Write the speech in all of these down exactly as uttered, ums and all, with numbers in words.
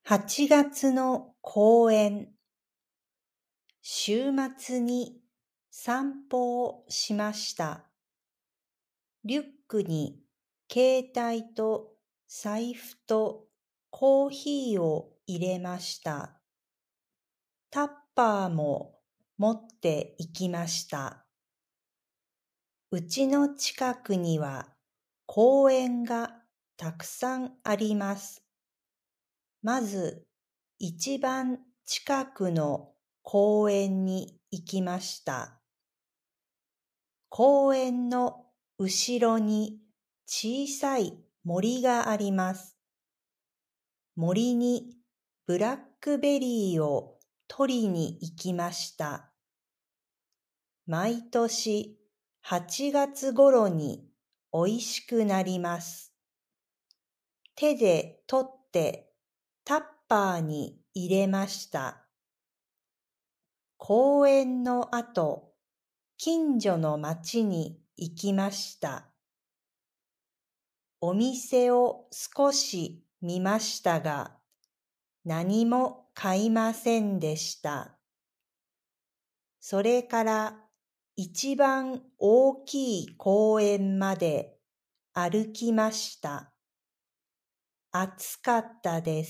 はちがつの公園。週末に散歩をしました。リュックに携帯と財布とコーヒーを入れました。タッパーも持って行きました。うちの近くには公園がたくさんあります。まず一番近くの公園に行きました。公園の後ろに小さい森があります。森にブラックベリーを取りに行きました。毎年はちがつ頃においしくなります。手で取ってタッパーに入れました。公園の後、近所の町に行きました。お店を少し見ましたが、何も買いませんでした。それから一番大きい公園まで歩きました。暑かったです。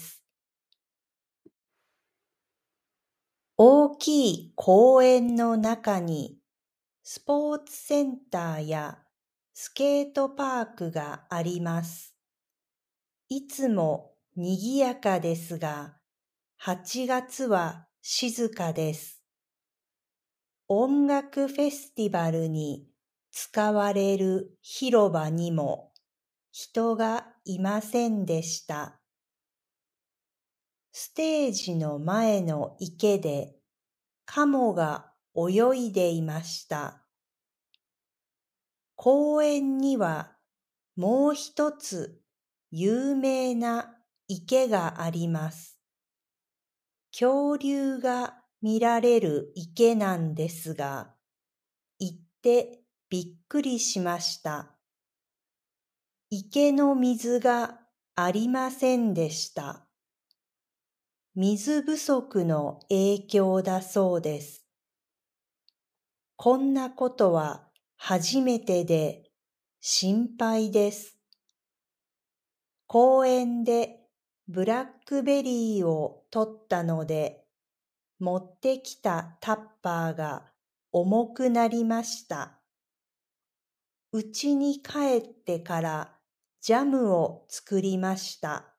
大きい公園の中にスポーツセンターやスケートパークがあります。いつも賑やかですが、はちがつは静かです。音楽フェスティバルに使われる広場にも人がいませんでした。ステージの前の池でカモが泳いでいました。公園にはもう一つ有名な池があります。恐竜が見られる池なんですが、行ってびっくりしました。池の水がありませんでした。水不足の影響だそうです。こんなことは初めてで心配です。公園でブラックベリーを取ったので、持ってきたタッパーが重くなりました。うちに帰ってからジャムを作りました。